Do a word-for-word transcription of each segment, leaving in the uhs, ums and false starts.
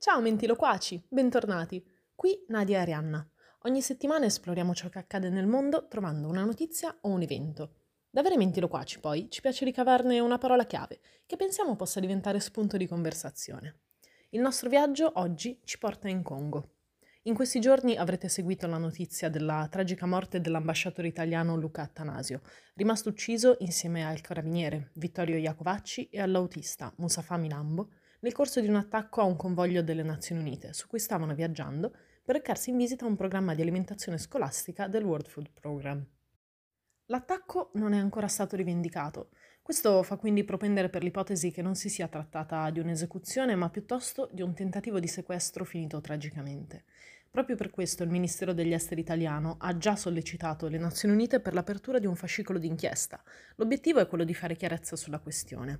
Ciao menti loquaci, bentornati. Qui Nadia e Arianna. Ogni settimana esploriamo ciò che accade nel mondo trovando una notizia o un evento. Da vere menti loquaci, poi, ci piace ricavarne una parola chiave che pensiamo possa diventare spunto di conversazione. Il nostro viaggio oggi ci porta in Congo. In questi giorni avrete seguito la notizia della tragica morte dell'ambasciatore italiano Luca Attanasio, rimasto ucciso insieme al carabiniere Vittorio Iacovacci e all'autista Mustafa Milambo nel corso di un attacco a un convoglio delle Nazioni Unite, su cui stavano viaggiando per recarsi in visita a un programma di alimentazione scolastica del World Food Programme. L'attacco non è ancora stato rivendicato. Questo fa quindi propendere per l'ipotesi che non si sia trattata di un'esecuzione, ma piuttosto di un tentativo di sequestro finito tragicamente. Proprio per questo il Ministero degli Esteri italiano ha già sollecitato le Nazioni Unite per l'apertura di un fascicolo d'inchiesta. L'obiettivo è quello di fare chiarezza sulla questione.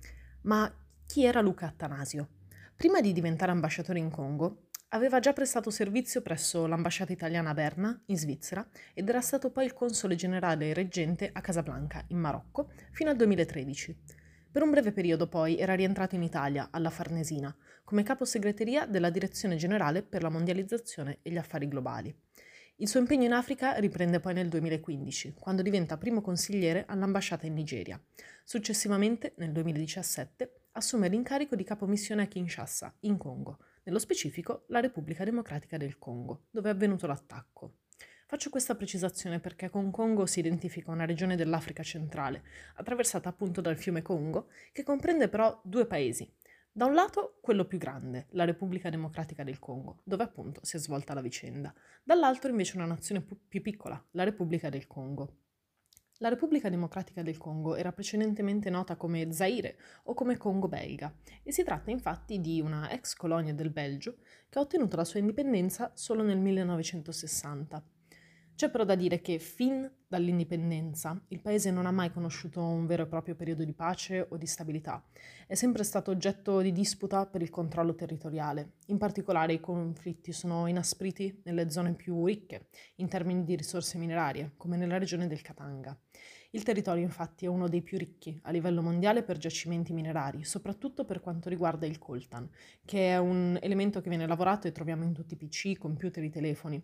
Ma chi era Luca Attanasio? Prima di diventare ambasciatore in Congo, aveva già prestato servizio presso l'ambasciata italiana a Berna, in Svizzera, ed era stato poi il console generale reggente a Casablanca, in Marocco, fino al duemilatredici. Per un breve periodo poi era rientrato in Italia, alla Farnesina, come capo segreteria della Direzione Generale per la Mondializzazione e gli Affari Globali. Il suo impegno in Africa riprende poi nel duemilaquindici, quando diventa primo consigliere all'ambasciata in Nigeria. Successivamente, nel duemiladiciassette, assume l'incarico di capo missione a Kinshasa, in Congo, nello specifico la Repubblica Democratica del Congo, dove è avvenuto l'attacco. Faccio questa precisazione perché con Congo si identifica una regione dell'Africa centrale, attraversata appunto dal fiume Congo, che comprende però due paesi. Da un lato quello più grande, la Repubblica Democratica del Congo, dove appunto si è svolta la vicenda, dall'altro invece una nazione più piccola, la Repubblica del Congo. La Repubblica Democratica del Congo era precedentemente nota come Zaire o come Congo belga e si tratta infatti di una ex colonia del Belgio che ha ottenuto la sua indipendenza solo nel millenovecentosessanta. C'è però da dire che fin dall'indipendenza il paese non ha mai conosciuto un vero e proprio periodo di pace o di stabilità. È sempre stato oggetto di disputa per il controllo territoriale. In particolare i conflitti sono inaspriti nelle zone più ricche in termini di risorse minerarie, come nella regione del Katanga. Il territorio infatti è uno dei più ricchi a livello mondiale per giacimenti minerari, soprattutto per quanto riguarda il coltan, che è un elemento che viene lavorato e troviamo in tutti i P C, computer e telefoni.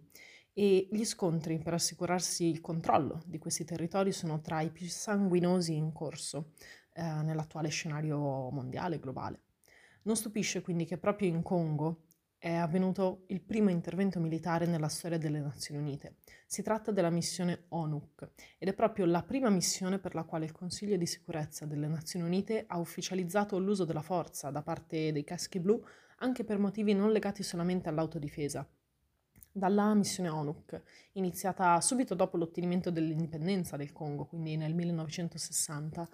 E gli scontri per assicurarsi il controllo di questi territori sono tra i più sanguinosi in corso eh, nell'attuale scenario mondiale e globale. Non stupisce quindi che proprio in Congo è avvenuto il primo intervento militare nella storia delle Nazioni Unite. Si tratta della missione ONUC ed è proprio la prima missione per la quale il Consiglio di sicurezza delle Nazioni Unite ha ufficializzato l'uso della forza da parte dei caschi blu anche per motivi non legati solamente all'autodifesa. Dalla missione ONUC, iniziata subito dopo l'ottenimento dell'indipendenza del Congo, quindi nel millenovecentosessanta,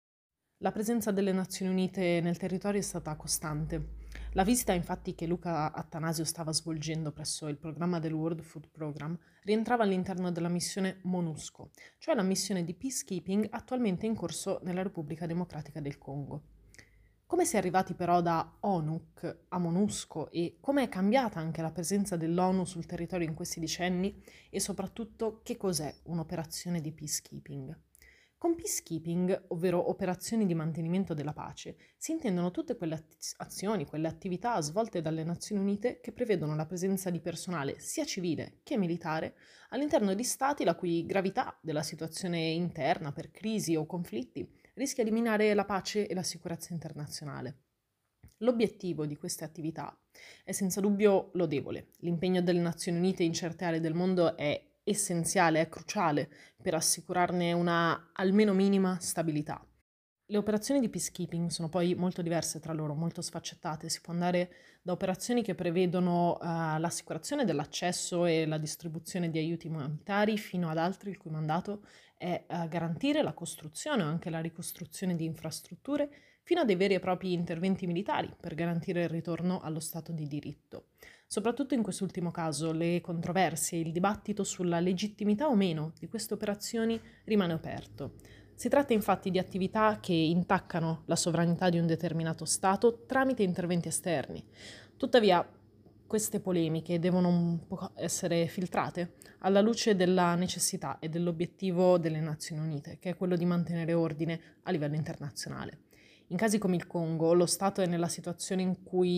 la presenza delle Nazioni Unite nel territorio è stata costante. La visita infatti che Luca Attanasio stava svolgendo presso il programma del World Food Programme rientrava all'interno della missione MONUSCO, cioè la missione di peacekeeping attualmente in corso nella Repubblica Democratica del Congo. Come si è arrivati però da ONUC a MONUSCO e come è cambiata anche la presenza dell'ONU sul territorio in questi decenni e soprattutto che cos'è un'operazione di peacekeeping? Con peacekeeping, ovvero operazioni di mantenimento della pace, si intendono tutte quelle azioni, quelle attività svolte dalle Nazioni Unite che prevedono la presenza di personale sia civile che militare all'interno di stati la cui gravità della situazione interna per crisi o conflitti rischia di minare la pace e la sicurezza internazionale. L'obiettivo di queste attività è senza dubbio lodevole. L'impegno delle Nazioni Unite in certe aree del mondo è essenziale, è cruciale per assicurarne una almeno minima stabilità. Le operazioni di peacekeeping sono poi molto diverse tra loro, molto sfaccettate. Si può andare da operazioni che prevedono uh, l'assicurazione dell'accesso e la distribuzione di aiuti umanitari fino ad altri il cui mandato è uh, garantire la costruzione o anche la ricostruzione di infrastrutture, fino a dei veri e propri interventi militari per garantire il ritorno allo Stato di diritto. Soprattutto in quest'ultimo caso le controversie e il dibattito sulla legittimità o meno di queste operazioni rimane aperto. Si tratta infatti di attività che intaccano la sovranità di un determinato Stato tramite interventi esterni. Tuttavia, queste polemiche devono un po' essere filtrate alla luce della necessità e dell'obiettivo delle Nazioni Unite, che è quello di mantenere ordine a livello internazionale. In casi come il Congo, lo Stato è nella situazione in cui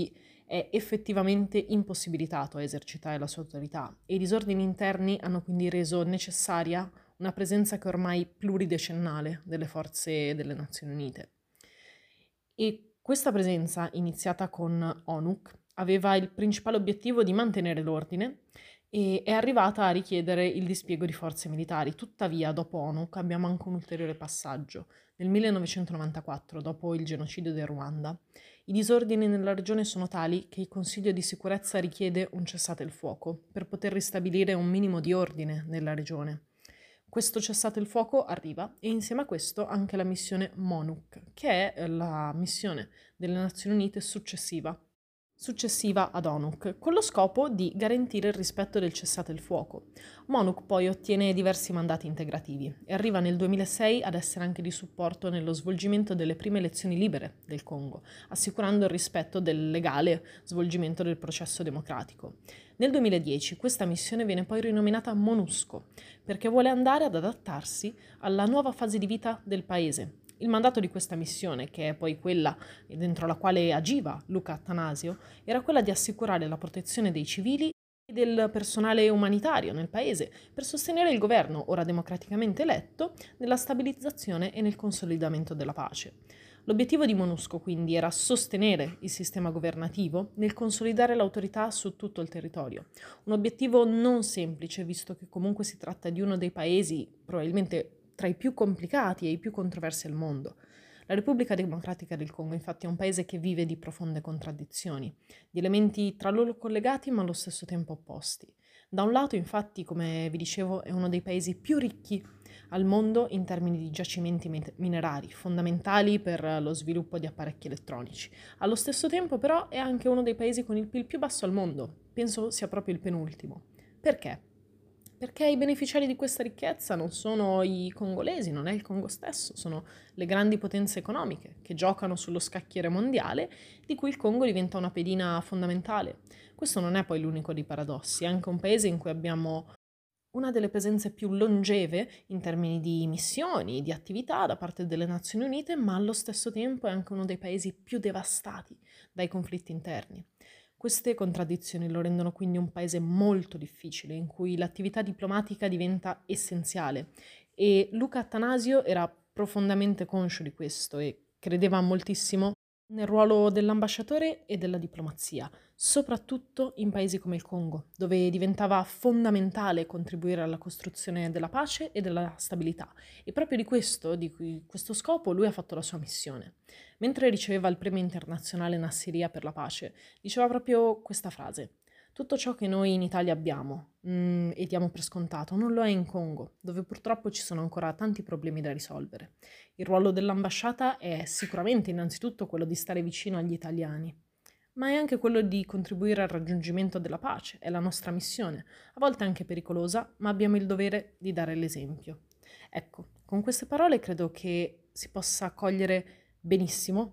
è effettivamente impossibilitato a esercitare la sua autorità e i disordini interni hanno quindi reso necessaria una presenza che è ormai pluridecennale delle forze delle Nazioni Unite. E questa presenza, iniziata con ONUC, aveva il principale obiettivo di mantenere l'ordine e è arrivata a richiedere il dispiego di forze militari. Tuttavia, dopo ONUC abbiamo anche un ulteriore passaggio. Nel millenovecentonovantaquattro, dopo il genocidio del Ruanda, i disordini nella regione sono tali che il Consiglio di sicurezza richiede un cessate il fuoco per poter ristabilire un minimo di ordine nella regione. Questo cessate il fuoco arriva e insieme a questo anche la missione MONUC, che è la missione delle Nazioni Unite successiva, successiva ad ONUC, con lo scopo di garantire il rispetto del cessate il fuoco. MONUC poi ottiene diversi mandati integrativi e arriva nel duemilasei ad essere anche di supporto nello svolgimento delle prime elezioni libere del Congo, assicurando il rispetto del legale svolgimento del processo democratico. Nel duemiladieci questa missione viene poi rinominata MONUSCO, perché vuole andare ad adattarsi alla nuova fase di vita del paese. Il mandato di questa missione, che è poi quella dentro la quale agiva Luca Attanasio, era quella di assicurare la protezione dei civili e del personale umanitario nel paese per sostenere il governo, ora democraticamente eletto, nella stabilizzazione e nel consolidamento della pace. L'obiettivo di MONUSCO quindi era sostenere il sistema governativo nel consolidare l'autorità su tutto il territorio. Un obiettivo non semplice, visto che comunque si tratta di uno dei paesi probabilmente tra i più complicati e i più controversi al mondo. La Repubblica Democratica del Congo infatti è un paese che vive di profonde contraddizioni, di elementi tra loro collegati ma allo stesso tempo opposti. Da un lato infatti, come vi dicevo, è uno dei paesi più ricchi al mondo in termini di giacimenti minerari, fondamentali per lo sviluppo di apparecchi elettronici. Allo stesso tempo però è anche uno dei paesi con il P I L più basso al mondo, penso sia proprio il penultimo. Perché? Perché i beneficiari di questa ricchezza non sono i congolesi, non è il Congo stesso, sono le grandi potenze economiche che giocano sullo scacchiere mondiale, di cui il Congo diventa una pedina fondamentale. Questo non è poi l'unico dei paradossi, è anche un paese in cui abbiamo una delle presenze più longeve in termini di missioni, di attività da parte delle Nazioni Unite, ma allo stesso tempo è anche uno dei paesi più devastati dai conflitti interni. Queste contraddizioni lo rendono quindi un paese molto difficile, in cui l'attività diplomatica diventa essenziale e Luca Attanasio era profondamente conscio di questo e credeva moltissimo nel ruolo dell'ambasciatore e della diplomazia, soprattutto in paesi come il Congo, dove diventava fondamentale contribuire alla costruzione della pace e della stabilità. E proprio di questo, di cui, questo scopo, lui ha fatto la sua missione. Mentre riceveva il premio internazionale Nassiria per la pace, diceva proprio questa frase: tutto ciò che noi in Italia abbiamo mm, e diamo per scontato non lo è in Congo, dove purtroppo ci sono ancora tanti problemi da risolvere. Il ruolo dell'ambasciata è sicuramente innanzitutto quello di stare vicino agli italiani, ma è anche quello di contribuire al raggiungimento della pace, è la nostra missione, a volte anche pericolosa, ma abbiamo il dovere di dare l'esempio. Ecco, con queste parole credo che si possa cogliere benissimo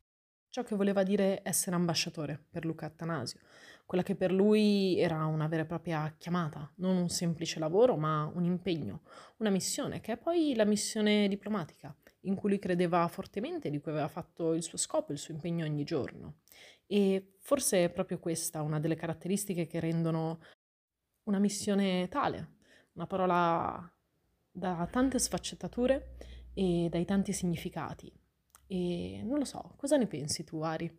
ciò che voleva dire essere ambasciatore per Luca Attanasio, quella che per lui era una vera e propria chiamata, non un semplice lavoro, ma un impegno, una missione, che è poi la missione diplomatica, in cui lui credeva fortemente, di cui aveva fatto il suo scopo, il suo impegno ogni giorno. E forse è proprio questa una delle caratteristiche che rendono una missione tale, una parola da tante sfaccettature e dai tanti significati. E non lo so, cosa ne pensi tu, Ari?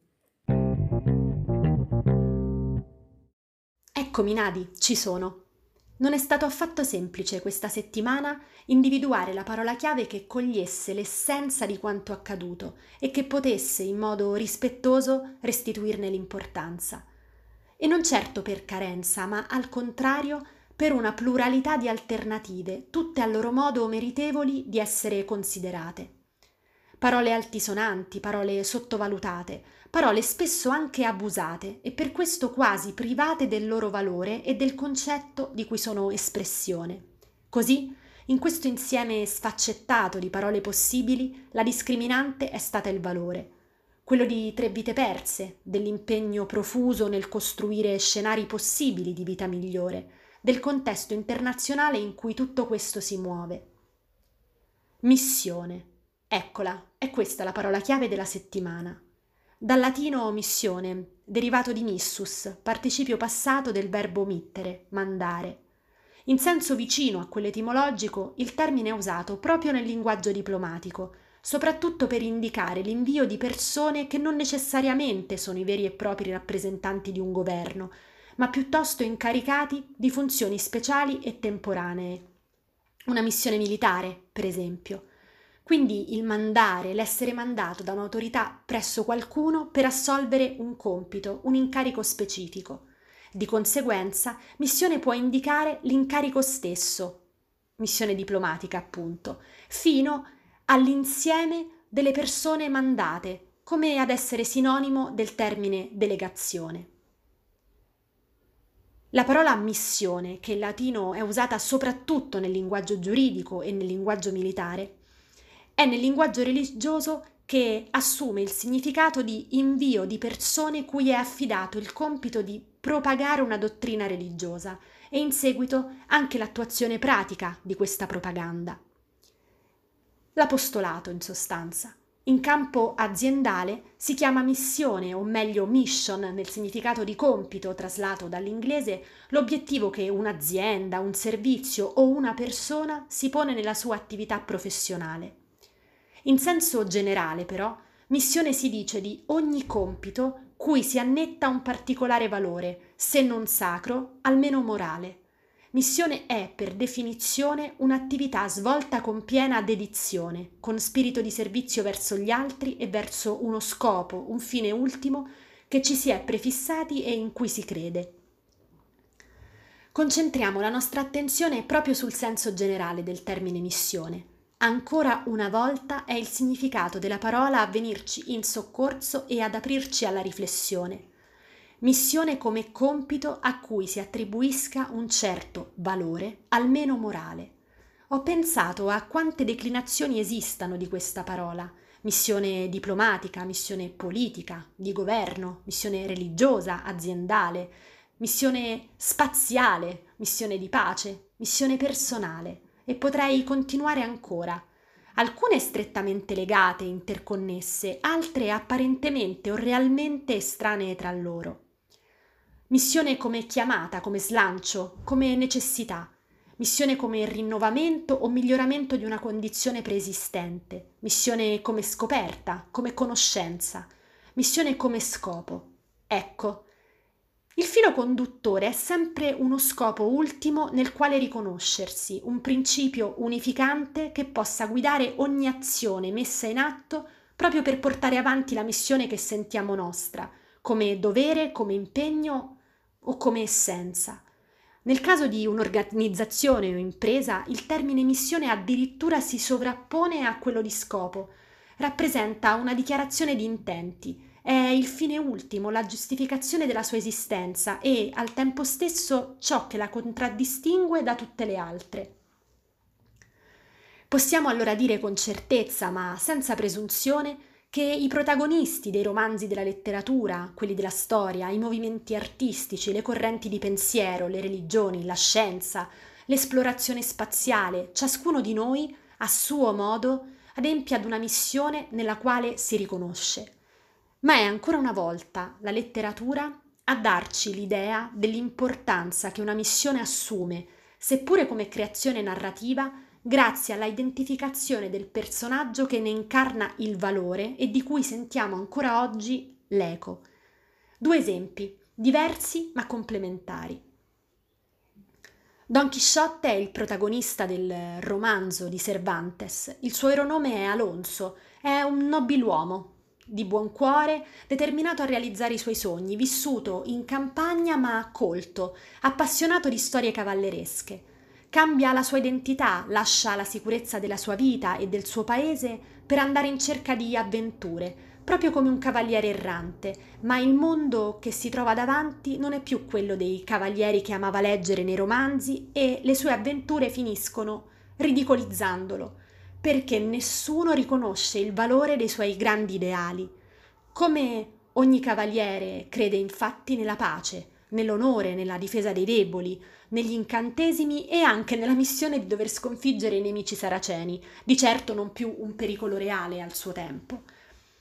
Eccomi, Nadi, ci sono. Non è stato affatto semplice questa settimana individuare la parola chiave che cogliesse l'essenza di quanto accaduto e che potesse, in modo rispettoso, restituirne l'importanza. E non certo per carenza, ma al contrario per una pluralità di alternative, tutte a loro modo meritevoli di essere considerate. Parole altisonanti, parole sottovalutate, parole spesso anche abusate e per questo quasi private del loro valore e del concetto di cui sono espressione. Così, in questo insieme sfaccettato di parole possibili, la discriminante è stata il valore, quello di tre vite perse, dell'impegno profuso nel costruire scenari possibili di vita migliore, del contesto internazionale in cui tutto questo si muove. Missione. Eccola, è questa la parola chiave della settimana. dal latino missione, derivato di missus, participio passato del verbo mittere, mandare. In senso vicino a quello etimologico, il termine è usato proprio nel linguaggio diplomatico, soprattutto per indicare l'invio di persone che non necessariamente sono i veri e propri rappresentanti di un governo, ma piuttosto incaricati di funzioni speciali e temporanee. Una missione militare, per esempio. Quindi il mandare, l'essere mandato da un'autorità presso qualcuno per assolvere un compito, un incarico specifico. Di conseguenza, missione può indicare l'incarico stesso, missione diplomatica appunto, fino all'insieme delle persone mandate, come ad essere sinonimo del termine delegazione. La parola missione, che in latino è usata soprattutto nel linguaggio giuridico e nel linguaggio militare, è nel linguaggio religioso che assume il significato di invio di persone cui è affidato il compito di propagare una dottrina religiosa e in seguito anche l'attuazione pratica di questa propaganda. L'apostolato, in sostanza. In campo aziendale si chiama missione, o meglio mission nel significato di compito traslato dall'inglese, l'obiettivo che un'azienda, un servizio o una persona si pone nella sua attività professionale. In senso generale, però, missione si dice di ogni compito cui si annetta un particolare valore, se non sacro, almeno morale. Missione è, per definizione, un'attività svolta con piena dedizione, con spirito di servizio verso gli altri e verso uno scopo, un fine ultimo che ci si è prefissati e in cui si crede. Concentriamo la nostra attenzione proprio sul senso generale del termine missione. Ancora una volta è il significato della parola a venirci in soccorso e ad aprirci alla riflessione. Missione come compito a cui si attribuisca un certo valore, almeno morale. Ho pensato a quante declinazioni esistano di questa parola: missione diplomatica, missione politica, di governo, missione religiosa, aziendale, missione spaziale, missione di pace, missione personale, e potrei continuare ancora. Alcune strettamente legate, interconnesse, altre apparentemente o realmente estranee tra loro. Missione come chiamata, come slancio, come necessità. Missione come rinnovamento o miglioramento di una condizione preesistente. Missione come scoperta, come conoscenza. Missione come scopo. Ecco, il filo conduttore è sempre uno scopo ultimo nel quale riconoscersi, un principio unificante che possa guidare ogni azione messa in atto proprio per portare avanti la missione che sentiamo nostra, come dovere, come impegno o come essenza. Nel caso di un'organizzazione o impresa, il termine missione addirittura si sovrappone a quello di scopo, rappresenta una dichiarazione di intenti, è il fine ultimo, la giustificazione della sua esistenza e, al tempo stesso, ciò che la contraddistingue da tutte le altre. Possiamo allora dire con certezza, ma senza presunzione, che i protagonisti dei romanzi della letteratura, quelli della storia, i movimenti artistici, le correnti di pensiero, le religioni, la scienza, l'esplorazione spaziale, ciascuno di noi, a suo modo, adempie ad una missione nella quale si riconosce. Ma è ancora una volta la letteratura a darci l'idea dell'importanza che una missione assume, seppure come creazione narrativa, grazie alla identificazione del personaggio che ne incarna il valore e di cui sentiamo ancora oggi l'eco. Due esempi, diversi ma complementari. Don Chisciotte è il protagonista del romanzo di Cervantes. Il suo vero nome è Alonso, è un nobiluomo, di buon cuore, determinato a realizzare i suoi sogni, vissuto in campagna ma colto, appassionato di storie cavalleresche. Cambia la sua identità, lascia la sicurezza della sua vita e del suo paese per andare in cerca di avventure, proprio come un cavaliere errante, ma il mondo che si trova davanti non è più quello dei cavalieri che amava leggere nei romanzi e le sue avventure finiscono ridicolizzandolo, perché nessuno riconosce il valore dei suoi grandi ideali. Come ogni cavaliere crede infatti nella pace, nell'onore, nella difesa dei deboli, negli incantesimi e anche nella missione di dover sconfiggere i nemici saraceni, di certo non più un pericolo reale al suo tempo.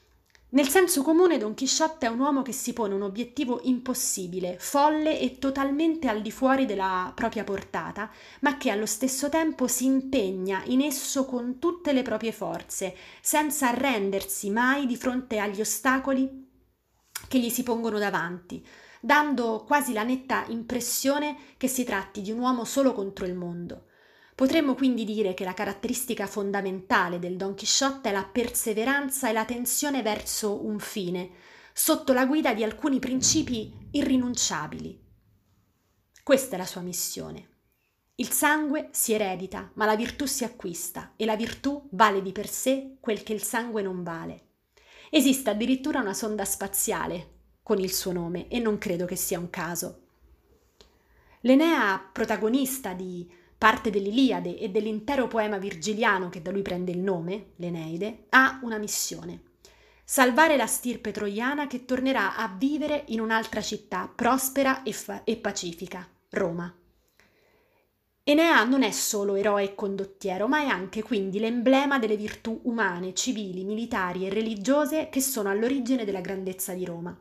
Nel senso comune, Don Chisciotte è un uomo che si pone un obiettivo impossibile, folle e totalmente al di fuori della propria portata, ma che allo stesso tempo si impegna in esso con tutte le proprie forze, senza arrendersi mai di fronte agli ostacoli che gli si pongono davanti, dando quasi la netta impressione che si tratti di un uomo solo contro il mondo. Potremmo quindi dire che la caratteristica fondamentale del Don Chisciotte è la perseveranza e la tensione verso un fine, sotto la guida di alcuni principi irrinunciabili. Questa è la sua missione. Il sangue si eredita, ma la virtù si acquista, e la virtù vale di per sé quel che il sangue non vale. Esiste addirittura una sonda spaziale con il suo nome, e non credo che sia un caso. L'Enea, protagonista di parte dell'Iliade e dell'intero poema virgiliano che da lui prende il nome, l'Eneide, ha una missione: salvare la stirpe troiana che tornerà a vivere in un'altra città prospera e, fa- e pacifica, Roma. Enea non è solo eroe e condottiero, ma è anche quindi l'emblema delle virtù umane, civili, militari e religiose che sono all'origine della grandezza di Roma.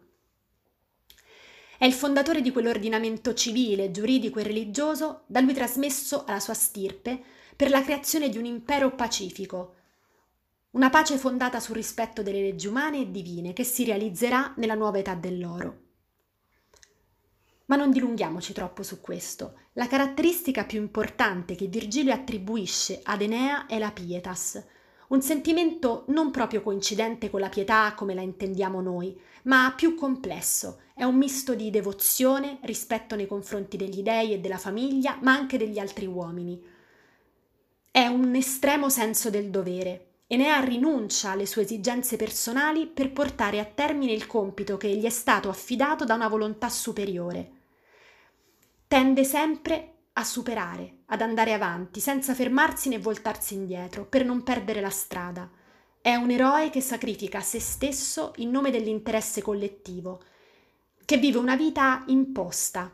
È il fondatore di quell'ordinamento civile, giuridico e religioso da lui trasmesso alla sua stirpe per la creazione di un impero pacifico, una pace fondata sul rispetto delle leggi umane e divine che si realizzerà nella nuova età dell'oro. Ma non dilunghiamoci troppo su questo. La caratteristica più importante che Virgilio attribuisce ad Enea è la pietas, un sentimento non proprio coincidente con la pietà come la intendiamo noi, ma più complesso. È un misto di devozione, rispetto nei confronti degli dei e della famiglia, ma anche degli altri uomini. È un estremo senso del dovere. Enea rinuncia alle sue esigenze personali per portare a termine il compito che gli è stato affidato da una volontà superiore. Tende sempre a superare, ad andare avanti, senza fermarsi né voltarsi indietro, per non perdere la strada. È un eroe che sacrifica se stesso in nome dell'interesse collettivo, che vive una vita imposta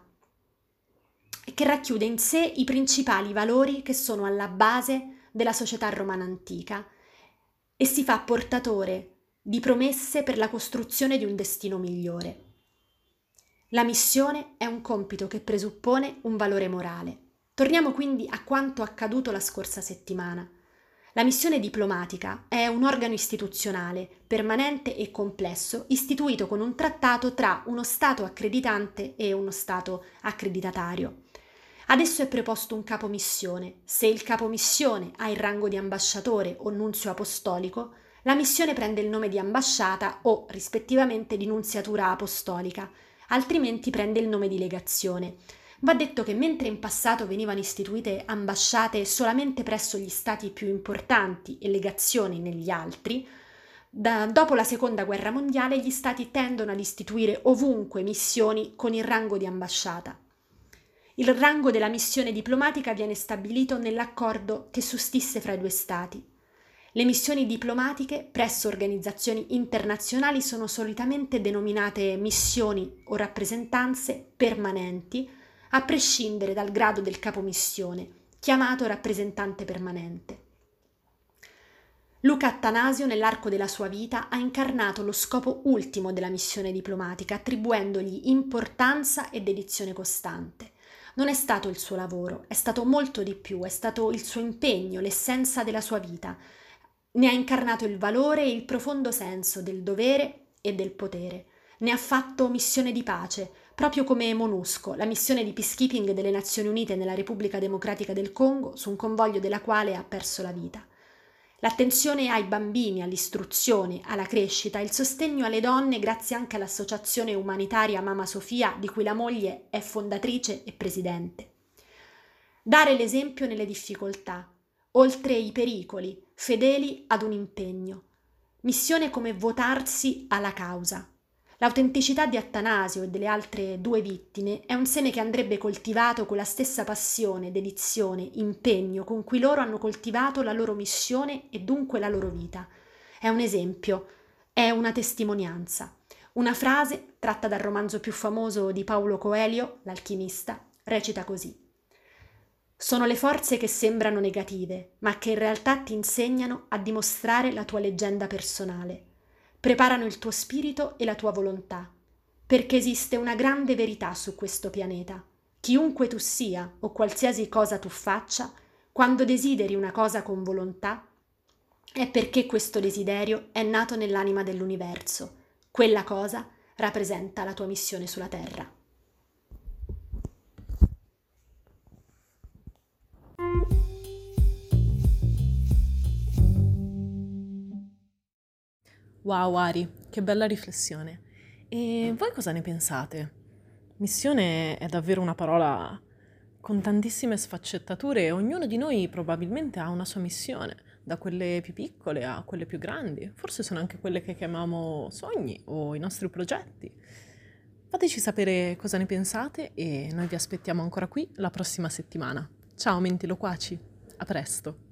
e che racchiude in sé i principali valori che sono alla base della società romana antica e si fa portatore di promesse per la costruzione di un destino migliore. La missione è un compito che presuppone un valore morale. Torniamo quindi a quanto accaduto la scorsa settimana. La missione diplomatica è un organo istituzionale, permanente e complesso, istituito con un trattato tra uno Stato accreditante e uno Stato accreditatario. Ad esso è preposto un capomissione. Se il capomissione ha il rango di ambasciatore o nunzio apostolico, la missione prende il nome di ambasciata o, rispettivamente, di nunziatura apostolica, altrimenti prende il nome di legazione. Va detto che mentre in passato venivano istituite ambasciate solamente presso gli stati più importanti e legazioni negli altri, da, dopo la seconda guerra mondiale gli stati tendono ad istituire ovunque missioni con il rango di ambasciata. Il rango della missione diplomatica viene stabilito nell'accordo che sussiste fra i due stati. Le missioni diplomatiche presso organizzazioni internazionali sono solitamente denominate missioni o rappresentanze permanenti, a prescindere dal grado del capomissione, chiamato rappresentante permanente. Luca Attanasio, nell'arco della sua vita, ha incarnato lo scopo ultimo della missione diplomatica, attribuendogli importanza e dedizione costante. Non è stato il suo lavoro, è stato molto di più, è stato il suo impegno, l'essenza della sua vita. Ne ha incarnato il valore e il profondo senso del dovere e del potere. Ne ha fatto missione di pace, proprio come MONUSCO, la missione di peacekeeping delle Nazioni Unite nella Repubblica Democratica del Congo, su un convoglio della quale ha perso la vita. L'attenzione ai bambini, all'istruzione, alla crescita, il sostegno alle donne grazie anche all'associazione umanitaria Mama Sofia, di cui la moglie è fondatrice e presidente. Dare l'esempio nelle difficoltà, oltre i pericoli, fedeli ad un impegno. Missione come votarsi alla causa. L'autenticità di Attanasio e delle altre due vittime è un seme che andrebbe coltivato con la stessa passione, dedizione, impegno con cui loro hanno coltivato la loro missione e dunque la loro vita. È un esempio, è una testimonianza. Una frase tratta dal romanzo più famoso di Paulo Coelho, L'alchimista, recita così: sono le forze che sembrano negative, ma che in realtà ti insegnano a dimostrare la tua leggenda personale. preparano il tuo spirito e la tua volontà, perché esiste una grande verità su questo pianeta. Chiunque tu sia o qualsiasi cosa tu faccia, quando desideri una cosa con volontà, è perché questo desiderio è nato nell'anima dell'universo. Quella cosa rappresenta la tua missione sulla Terra. Wow, Ari, che bella riflessione. E voi cosa ne pensate? Missione è davvero una parola con tantissime sfaccettature e ognuno di noi probabilmente ha una sua missione, da quelle più piccole a quelle più grandi. Forse sono anche quelle che chiamiamo sogni o i nostri progetti. Fateci sapere cosa ne pensate e noi vi aspettiamo ancora qui la prossima settimana. Ciao menti loquaci, a presto!